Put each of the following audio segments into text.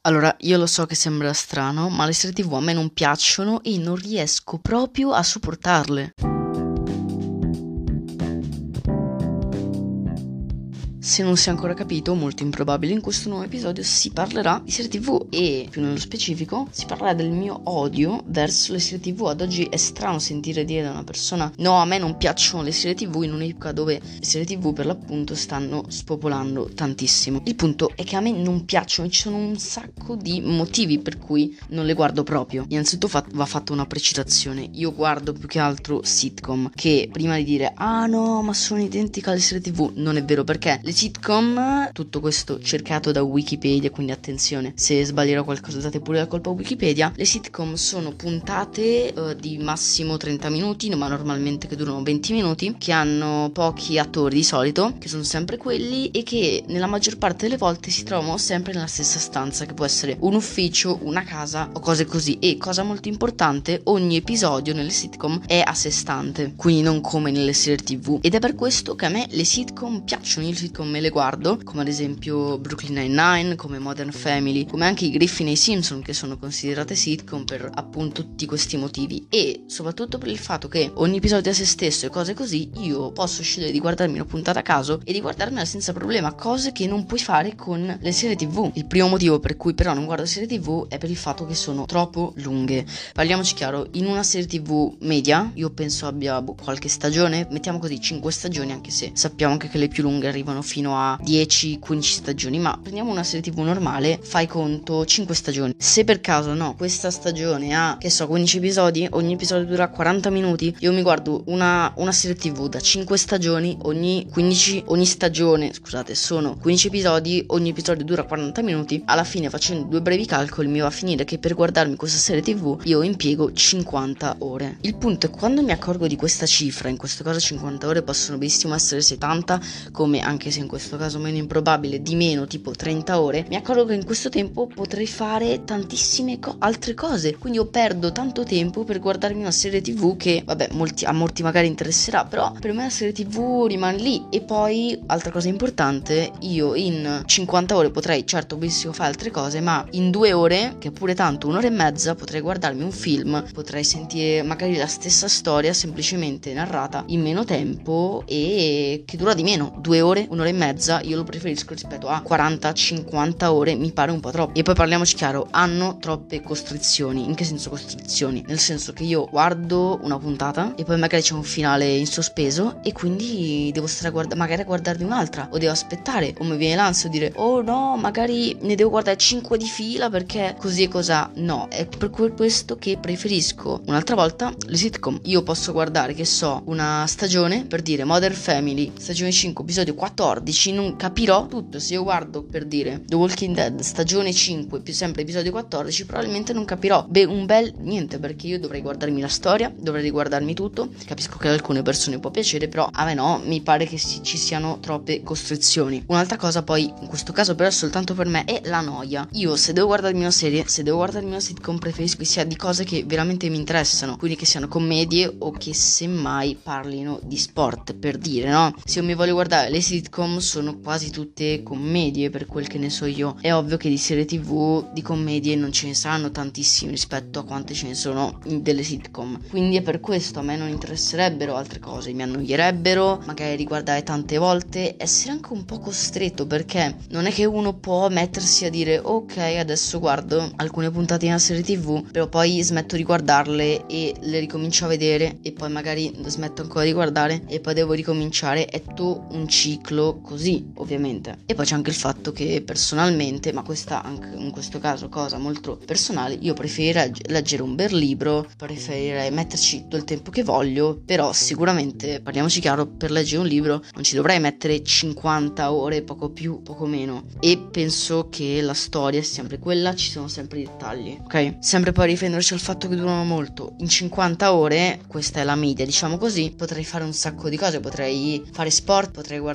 Allora, io lo so che sembra strano, ma le serie TV a me non piacciono e non riesco proprio a sopportarle. Se non si è ancora capito, molto improbabile, in questo nuovo episodio si parlerà di serie TV e, più nello specifico, si parlerà del mio odio verso le serie TV. Ad oggi è strano sentire dire da una persona no, a me non piacciono le serie TV, in un'epoca dove le serie TV per l'appunto stanno spopolando tantissimo. Il punto è che a me non piacciono e ci sono un sacco di motivi per cui non le guardo proprio. Innanzitutto va fatta una precisazione: io guardo più che altro sitcom, che prima di dire ah no, ma sono identiche alle serie TV, non è vero, perché le sitcom, tutto questo cercato da Wikipedia, quindi attenzione, se sbaglierò qualcosa date pure la colpa a Wikipedia. Le sitcom sono puntate di massimo 30 minuti, ma normalmente che durano 20 minuti, che hanno pochi attori di solito, che sono sempre quelli, e che nella maggior parte delle volte si trovano sempre nella stessa stanza, che può essere un ufficio, una casa o cose così. E cosa molto importante, ogni episodio nelle sitcom è a sé stante, quindi non come nelle serie TV, ed è per questo che a me le sitcom piacciono. Io sitcom me le guardo, come ad esempio Brooklyn Nine-Nine, come Modern Family, come anche i Griffin e i Simpson, che sono considerate sitcom per appunto tutti questi motivi, e soprattutto per il fatto che ogni episodio è a se stesso e cose così. Io posso scegliere di guardarmi una puntata a caso e di guardarmela senza problema, cose che non puoi fare con le serie TV. Il primo motivo per cui però non guardo serie TV è per il fatto che sono troppo lunghe. Parliamoci chiaro, in una serie TV media io penso abbia qualche stagione, mettiamo così 5 stagioni, anche se sappiamo anche che le più lunghe arrivano fino a 10-15 stagioni, ma prendiamo una serie TV normale, fai conto 5 stagioni. Se per caso no, questa stagione ha, che so, 15 episodi, ogni episodio dura 40 minuti, io mi guardo una serie TV da 5 stagioni, ogni stagione, scusate, sono 15 episodi, ogni episodio dura 40 minuti, alla fine, facendo due brevi calcoli, mi va a finire che per guardarmi questa serie TV io impiego 50 ore. Il punto è, quando mi accorgo di questa cifra, in questo caso 50 ore possono benissimo essere 70, come, anche se in questo caso meno improbabile, di meno, tipo 30 ore, mi accorgo che in questo tempo potrei fare tantissime altre cose, quindi io perdo tanto tempo per guardarmi una serie TV che, vabbè, a molti magari interesserà, però per me la serie TV rimane lì. E poi, altra cosa importante, io in 50 ore potrei, certo, benissimo fare altre cose, ma in 2 ore, che è pure tanto, 1 ora e mezza, potrei guardarmi un film, potrei sentire magari la stessa storia semplicemente narrata in meno tempo e che dura di meno. 2 ore, 1 ora e mezza, io lo preferisco rispetto a 40-50 ore, mi pare un po' troppo. E poi parliamoci chiaro, hanno troppe costrizioni. In che senso costrizioni? Nel senso che io guardo una puntata e poi magari c'è un finale in sospeso e quindi devo stare magari a guardarne un'altra, o devo aspettare, o mi viene l'ansia di dire oh no, magari ne devo guardare 5 di fila perché così e cos'ha. No, è per questo che preferisco un'altra volta le sitcom. Io posso guardare, che so, una stagione, per dire Modern Family, stagione 5, episodio 14, non capirò tutto. Se io guardo, per dire, The Walking Dead, stagione 5, più sempre episodio 14, probabilmente non capirò un bel niente, perché io dovrei guardarmi la storia, dovrei riguardarmi tutto. Capisco che ad alcune persone può piacere, però a me no, mi pare che ci siano troppe costrizioni. Un'altra cosa poi, in questo caso però soltanto per me, è la noia. Io, se devo guardarmi una serie, se devo guardarmi una sitcom, preferisco che sia di cose che veramente mi interessano, quindi che siano commedie o che semmai parlino di sport, per dire, no? Se io mi voglio guardare le sitcom, sono quasi tutte commedie, per quel che ne so io. È ovvio che di serie TV di commedie non ce ne saranno tantissime rispetto a quante ce ne sono delle sitcom, quindi è per questo a me non interesserebbero altre cose, mi annoierebbero magari riguardare tante volte, essere anche un po' costretto, perché non è che uno può mettersi a dire ok, adesso guardo alcune puntate di una serie TV, però poi smetto di guardarle e le ricomincio a vedere e poi magari smetto ancora di guardare e poi devo ricominciare. È tutto un ciclo così, ovviamente. E poi c'è anche il fatto che personalmente, ma questa anche in questo caso cosa molto personale, io preferirei leggere un bel libro, preferirei metterci tutto il tempo che voglio, però sicuramente, parliamoci chiaro, per leggere un libro non ci dovrei mettere 50 ore, poco più, poco meno, e penso che la storia è sempre quella, ci sono sempre i dettagli, ok? Sempre poi rifenderci al fatto che durano molto. In 50 ore, questa è la media, diciamo così, potrei fare un sacco di cose, potrei fare sport, potrei guardare dei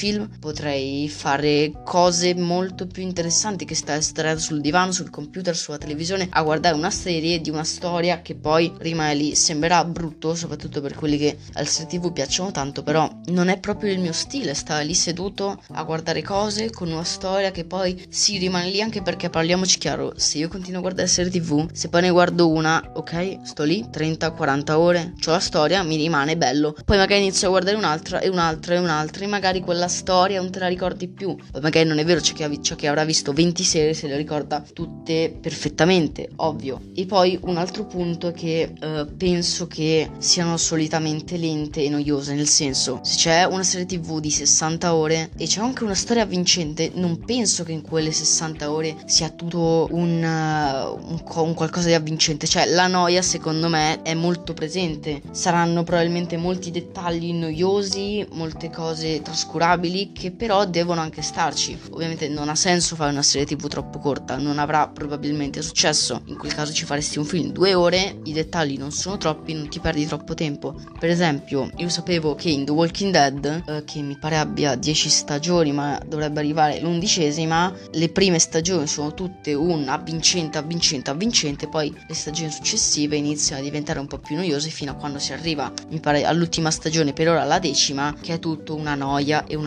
film, potrei fare cose molto più interessanti che stare sul divano, sul computer, sulla televisione a guardare una serie di una storia che poi rimane lì. Sembrerà brutto, soprattutto per quelli che al serie TV piacciono tanto, però non è proprio il mio stile stare lì seduto a guardare cose con una storia che poi si rimane lì, anche perché parliamoci chiaro, se io continuo a guardare serie TV, se poi ne guardo una, ok, sto lì 30-40 ore, c'ho la storia, mi rimane bello, poi magari inizio a guardare un'altra e un'altra e un'altra e magari quella storia non te la ricordi più. Poi magari non è vero, c'è chi avrà visto 20 serie se le ricorda tutte perfettamente, ovvio. E poi un altro punto è che penso che siano solitamente lente e noiose, nel senso, se c'è una serie TV di 60 ore e c'è anche una storia avvincente, non penso che in quelle 60 ore sia tutto un qualcosa di avvincente. Cioè la noia secondo me è molto presente, saranno probabilmente molti dettagli noiosi, molte cose trascurabili che però devono anche starci. Ovviamente non ha senso fare una serie TV troppo corta, non avrà probabilmente successo. In quel caso ci faresti un film 2 ore, i dettagli non sono troppi, non ti perdi troppo tempo. Per esempio, io sapevo che in The Walking Dead, che mi pare abbia 10 stagioni ma dovrebbe arrivare l'11ª, le prime stagioni sono tutte un avvincente, poi le stagioni successive iniziano a diventare un po' più noiose fino a quando si arriva, mi pare, all'ultima stagione, per ora la 10ª, che è tutto una noia e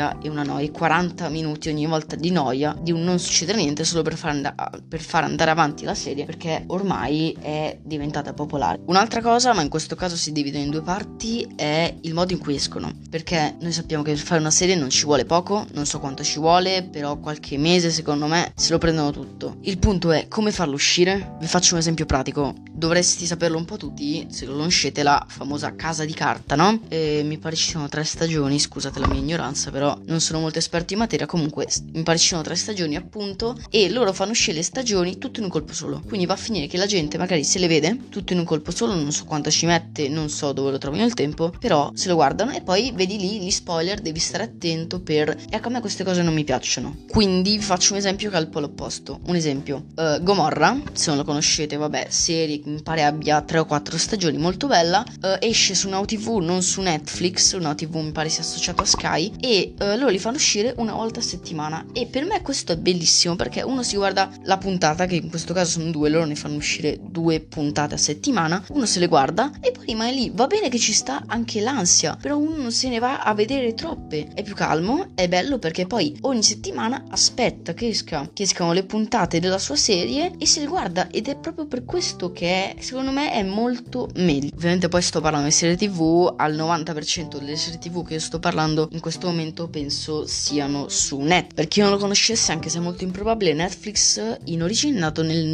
40 minuti ogni volta di noia, di un non succedere niente solo per far andare avanti la serie, perché ormai è diventata popolare. Un'altra cosa, ma in questo caso si divide in due parti, è il modo in cui escono, perché noi sappiamo che per fare una serie non ci vuole poco, non so quanto ci vuole, però qualche mese secondo me se lo prendono tutto. Il punto è come farlo uscire. Vi faccio un esempio pratico, dovresti saperlo un po' tutti se lo conoscete, la famosa Casa di Carta, no? Mi pare ci sono 3 stagioni, scusate la mia ignoranza, però non sono molto esperto in materia. Comunque mi pare ci sono 3 stagioni appunto, e loro fanno uscire le stagioni tutto in un colpo solo, quindi va a finire che la gente magari se le vede tutto in un colpo solo, non so quanto ci mette, non so dove lo trovino il tempo, però se lo guardano e poi vedi lì gli spoiler, devi stare attento ecco, a me queste cose non mi piacciono, quindi vi faccio un esempio che è al polo opposto. Un esempio, Gomorra, se non lo conoscete, vabbè, serie che mi pare abbia 3 o 4 stagioni, molto bella, esce su Now TV, non su Netflix. Now TV mi pare sia associato a Sky, e loro li fanno uscire una volta a settimana, e per me questo è bellissimo, perché uno si guarda la puntata, che in questo caso sono 2, loro ne fanno uscire 2 puntate a settimana, uno se le guarda e poi rimane lì. Va bene che ci sta anche l'ansia, però uno non se ne va a vedere troppe, è più calmo, è bello, perché poi ogni settimana aspetta che escano le puntate della sua serie e se le guarda, ed è proprio per questo che secondo me è molto meglio. Ovviamente poi sto parlando di serie TV, al 90% delle serie TV che io sto parlando in questo momento penso siano su Net. Per chi non lo conoscesse, anche se è molto improbabile, Netflix in origine è nato nel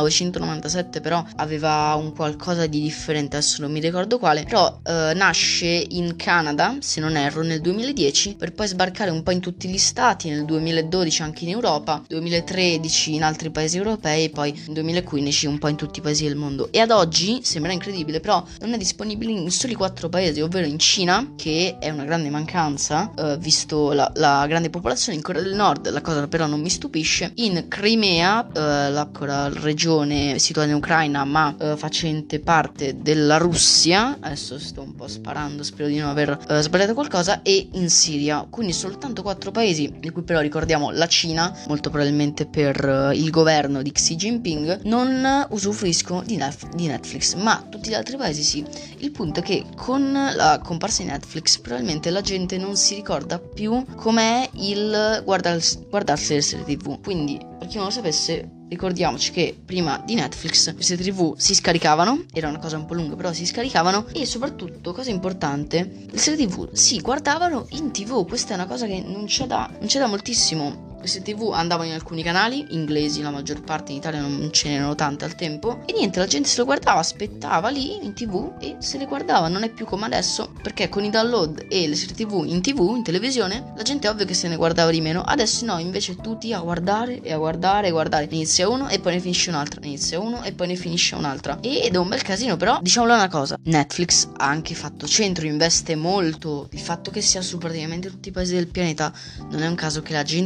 1997, però aveva un qualcosa di differente, adesso non mi ricordo quale, però nasce in Canada, se non erro, nel 2010, per poi sbarcare un po' in tutti gli stati, nel 2012 anche in Europa, 2013 in altri paesi europei, poi nel 2015 un po' in tutti i paesi del mondo, e ad oggi sembra incredibile, però non è disponibile in soli 4 paesi, ovvero in Cina, che è una grande mancanza visto la grande popolazione, in Corea del Nord, la cosa però non mi stupisce, in Crimea, la regione situata in Ucraina ma facente parte della Russia, adesso sto un po' sparando, spero di non aver sbagliato qualcosa, e in Siria. Quindi soltanto 4 paesi, di cui però ricordiamo la Cina, molto probabilmente per il governo di Xi Jinping, non usufruiscono di Netflix, ma tutti gli altri paesi sì. Il punto è che con la comparsa di Netflix probabilmente la gente non si ricorda più com'è il guardarsi le serie TV. Quindi, per chi non lo sapesse, ricordiamoci che prima di Netflix le serie TV si scaricavano, era una cosa un po' lunga però si scaricavano, e soprattutto, cosa importante, le serie TV si guardavano in TV. Questa è una cosa che non c'è da moltissimo. Queste TV andavano in alcuni canali inglesi, la maggior parte, in Italia non ce n'erano tante al tempo, e niente, la gente se lo guardava, aspettava lì in TV e se le guardava. Non è più come adesso, perché con i download e le serie TV, in televisione, la gente è ovvio che se ne guardava di meno. Adesso no, invece tutti a guardare e a guardare e guardare. Inizia uno e poi ne finisce un'altra, inizia uno e poi ne finisce un'altra, ed è un bel casino. Però diciamolo una cosa, Netflix ha anche fatto centro, investe molto. Il fatto che sia su praticamente tutti i paesi del pianeta non è un caso che la gente lo guarda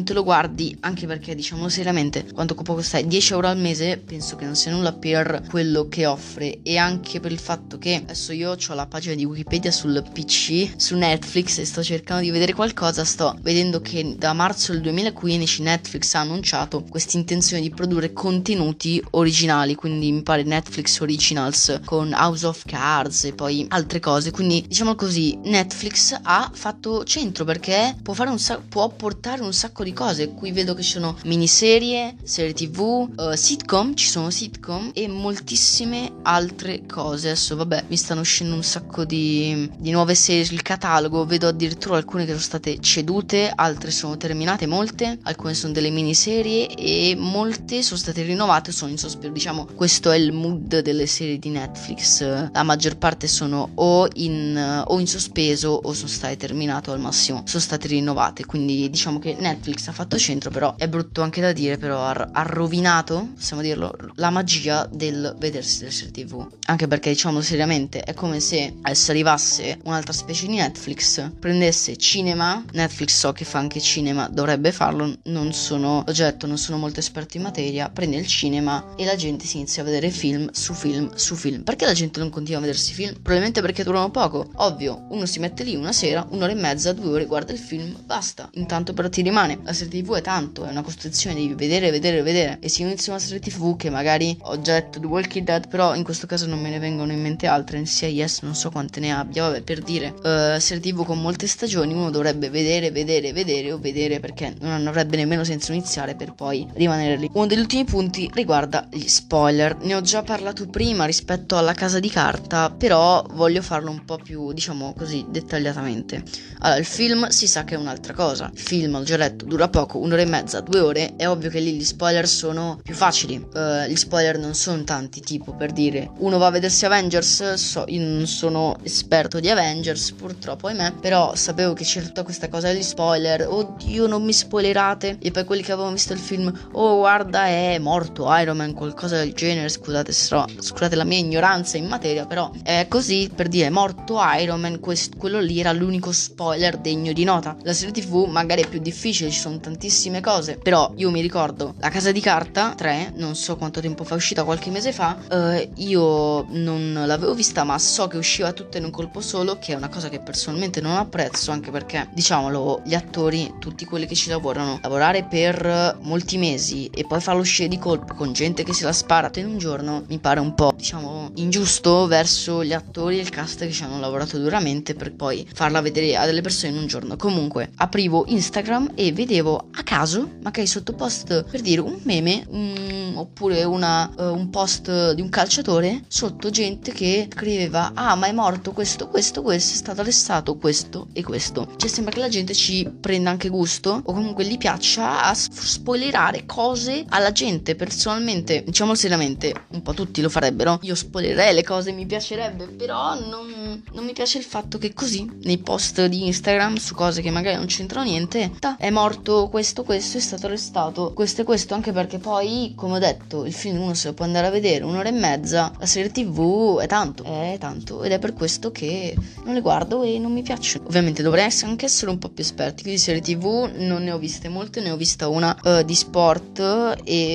guardi, anche perché diciamo seriamente quanto può costare 10 euro al mese, penso che non sia nulla per quello che offre, e anche per il fatto che adesso io ho la pagina di Wikipedia sul PC, su Netflix, e sto cercando di vedere qualcosa. Sto vedendo che da marzo del 2015 Netflix ha annunciato questa intenzione di produrre contenuti originali, quindi mi pare Netflix Originals con House of Cards e poi altre cose. Quindi diciamo così, Netflix ha fatto centro perché può fare può portare un sacco di cose. Qui vedo che ci sono miniserie, serie TV, sitcom, ci sono sitcom e moltissime altre cose. Adesso vabbè, mi stanno uscendo un sacco di nuove serie sul catalogo, vedo addirittura alcune che sono state cedute, altre sono terminate, molte, alcune sono delle miniserie e molte sono state rinnovate o sono in sospeso. Diciamo questo è il mood delle serie di Netflix, la maggior parte sono o in sospeso o sono state terminate o al massimo sono state rinnovate. Quindi diciamo che Netflix ha fatto centro, però è brutto anche da dire, però ha rovinato, possiamo dirlo, la magia del vedersi delle serie TV, anche perché diciamo seriamente è come se adesso arrivasse un'altra specie di Netflix, prendesse cinema. Netflix so che fa anche cinema, dovrebbe farlo, non sono molto esperto in materia. Prende il cinema e la gente si inizia a vedere film su film su film. Perché la gente non continua a vedersi film? Probabilmente perché durano poco, ovvio. Uno si mette lì una sera, 1 ora e mezza, 2 ore, guarda il film, basta. Intanto però ti rimane. La serie TV è tanto, è una costruzione, devi vedere. E se inizia una serie TV che magari ho già detto The Walking Dead, però in questo caso non me ne vengono in mente altre, NCIS non so quante ne abbia, vabbè, per dire, serie TV con molte stagioni, uno dovrebbe vedere perché non avrebbe nemmeno senso iniziare per poi rimanere lì. Uno degli ultimi punti riguarda gli spoiler. Ne ho già parlato prima rispetto alla Casa di Carta, però voglio farlo un po' più, diciamo così, dettagliatamente. Allora, il film si sa che è un'altra cosa. Il film, ho già detto, dura poco, 1 ora e mezza, 2 ore. È ovvio che lì gli spoiler sono più facili. Gli spoiler non sono tanti, tipo per dire, uno va a vedersi Avengers, io non sono esperto di Avengers purtroppo, ahimè, però sapevo che c'era tutta questa cosa degli spoiler. Oddio, non mi spoilerate. E poi quelli che avevano visto il film, oh guarda, è morto Iron Man, qualcosa del genere. Scusate la mia ignoranza in materia, però è così, per dire, è morto Iron Man, quello lì era l'unico spoiler degno di nota. La serie TV magari è più difficile, ci sono tantissime cose, però io mi ricordo La Casa di Carta 3, non so quanto tempo fa, è uscita qualche mese fa, io non l'avevo vista, ma so che usciva tutta in un colpo solo, che è una cosa che personalmente non apprezzo, anche perché, diciamolo, gli attori, tutti quelli che ci lavorare per molti mesi e poi farlo uscire di colpo con gente che se la spara in un giorno, mi pare un po', diciamo, ingiusto verso gli attori e il cast che ci hanno lavorato duramente per poi farla vedere a delle persone in un giorno. Comunque, aprivo Instagram e vedevo a caso, magari sotto post, per dire, un meme, oppure un post di un calciatore, sotto gente che scriveva: ah, ma è morto questo, è stato arrestato questo e questo. Cioè sembra che la gente ci prenda anche gusto, o comunque gli piaccia a spoilerare cose alla gente. Personalmente, diciamo seriamente, un po' tutti lo farebbero, io spoilerei le cose, mi piacerebbe, però non mi piace il fatto che così nei post di Instagram su cose che magari non c'entrano niente, è morto questo, è stato arrestato questo e questo. Anche perché poi, come ho detto, il film uno se lo può andare a vedere 1 ora e mezza, la serie TV è tanto, ed è per questo che non le guardo e non mi piacciono. Ovviamente dovrei anche essere un po' più esperti, quindi serie TV non ne ho viste molte, ne ho vista una di sport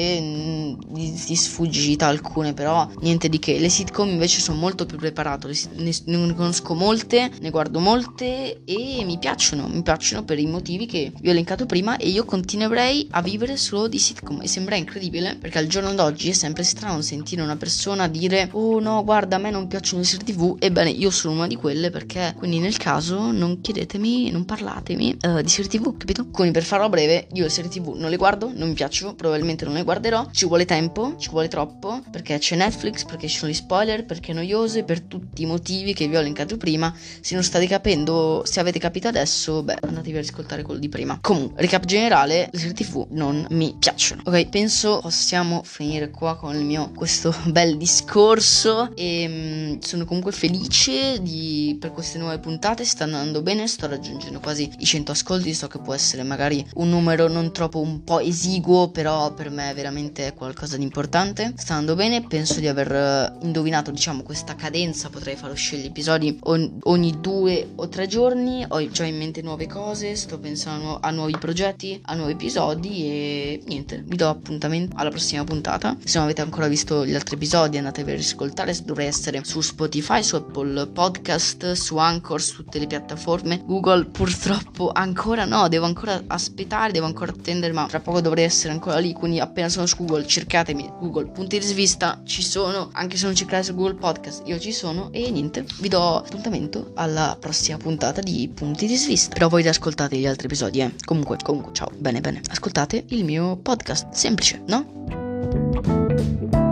e di sfuggita alcune, però niente di che. Le sitcom invece sono molto più preparato, ne conosco molte, ne guardo molte e mi piacciono per i motivi che vi ho elencato prima, e io continuerei a vivere solo di sitcom. E sembra incredibile perché al giorno d'oggi è sempre strano sentire una persona dire: oh no, guarda, a me non piacciono le serie TV. Ebbene, io sono una di quelle, perché quindi nel caso non chiedetemi, non parlatemi di serie TV, capito? Quindi per farlo breve, io le serie TV non le guardo, non mi piacciono, probabilmente non le guarderò, ci vuole tempo, ci vuole troppo, perché c'è Netflix, perché ci sono gli spoiler, perché è noioso, per tutti i motivi che vi ho elencato prima. Se non state capendo, se avete capito adesso, beh, andatevi a riscoltare quello di prima. Comunque, recap generale, le serie TV non mi piacciono. Ok, penso possiamo finire qua con questo bel discorso, e sono comunque felice per queste nuove puntate. Sta andando bene, sto raggiungendo quasi i 100 ascolti. So che può essere magari un numero non troppo, un po' esiguo, però per me veramente è qualcosa di importante. Sta andando bene, penso di aver indovinato, diciamo, questa cadenza. Potrei far uscire gli episodi ogni 2 o 3 giorni. Ho già in mente nuove cose, sto pensando a nuovi progetti, a nuovi episodi e niente, vi do appuntamento alla prossima puntata. Se non avete ancora visto gli altri episodi andatevi a riscoltare, dovrei essere su Spotify, su Apple Podcast, su Anchor, su tutte le piattaforme. Google purtroppo ancora no, devo ancora aspettare, devo ancora attendere, ma tra poco dovrei essere ancora lì, quindi appena sono su Google cercatemi Google Punti di Svista, ci sono, anche se non cercate su Google Podcast io ci sono. E niente, vi do appuntamento alla prossima puntata di Punti di Svista, però voi ascoltate gli altri episodi, comunque ciao, bene, ascoltate il mio podcast, semplice, no?